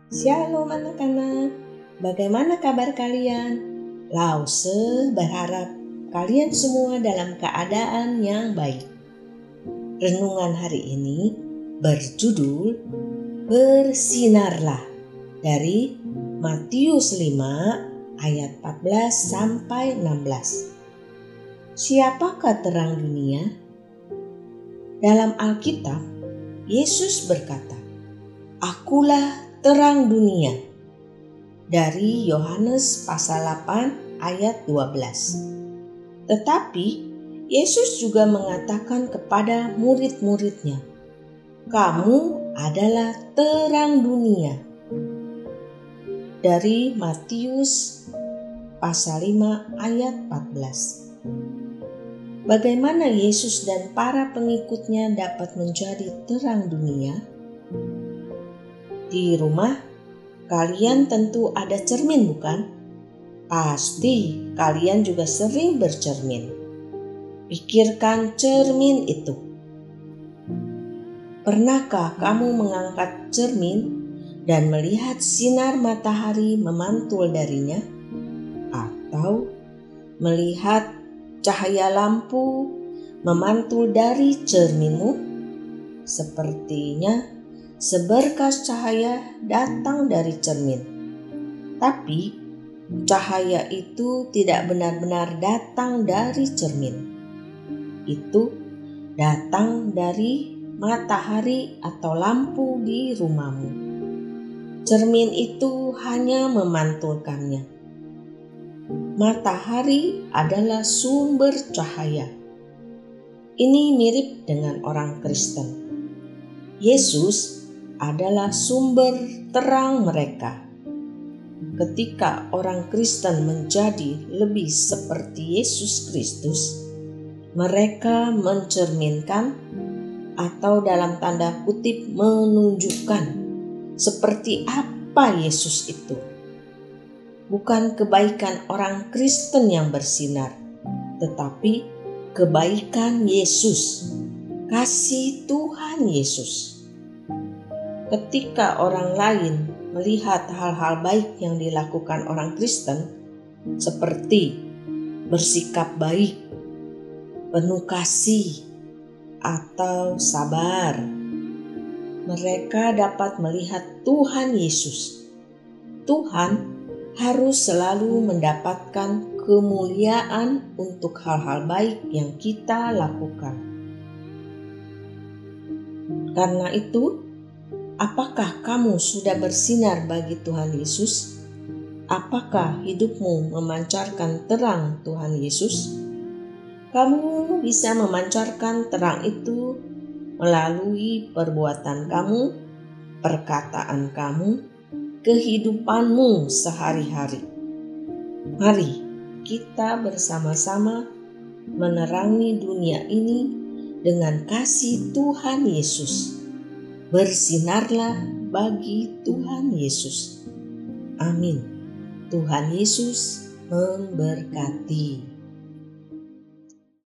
Shalom anak-anak, bagaimana kabar kalian? Lause berharap kalian semua dalam keadaan yang baik. Renungan hari ini berjudul Bersinarlah dari Matius 5 ayat 14 sampai 16. Siapakah terang dunia? Dalam Alkitab, Yesus berkata, "Akulah terang dunia." Dari Yohanes pasal 8 ayat 12. Tetapi Yesus juga mengatakan kepada murid-muridnya, "Kamu adalah terang dunia." Dari Matius pasal 5 ayat 14. Bagaimana Yesus dan para pengikutnya dapat menjadi terang dunia? Di rumah, kalian tentu ada cermin, bukan? Pasti kalian juga sering bercermin. Pikirkan cermin itu. Pernahkah kamu mengangkat cermin dan melihat sinar matahari memantul darinya? Atau melihat cahaya lampu memantul dari cerminmu? Sepertinya seberkas cahaya datang dari cermin. Tapi cahaya itu tidak benar-benar datang dari cermin. Itu datang dari matahari atau lampu di rumahmu. Cermin itu hanya memantulkannya. Matahari adalah sumber cahaya. Ini mirip dengan orang Kristen. Yesus adalah sumber terang mereka. Ketika orang Kristen menjadi lebih seperti Yesus Kristus, mereka mencerminkan atau dalam tanda kutip menunjukkan seperti apa Yesus itu. Bukan kebaikan orang Kristen yang bersinar, tetapi kebaikan Yesus, kasih Tuhan Yesus. Ketika orang lain melihat hal-hal baik yang dilakukan orang Kristen, seperti bersikap baik, penuh kasih, atau sabar, mereka dapat melihat Tuhan Yesus. Tuhan harus selalu mendapatkan kemuliaan untuk hal-hal baik yang kita lakukan. Karena itu, apakah kamu sudah bersinar bagi Tuhan Yesus? Apakah hidupmu memancarkan terang Tuhan Yesus? Kamu bisa memancarkan terang itu melalui perbuatan kamu, perkataan kamu, kehidupanmu sehari-hari. Mari kita bersama-sama menerangi dunia ini dengan kasih Tuhan Yesus. Bersinarlah bagi Tuhan Yesus. Amin. Tuhan Yesus memberkati.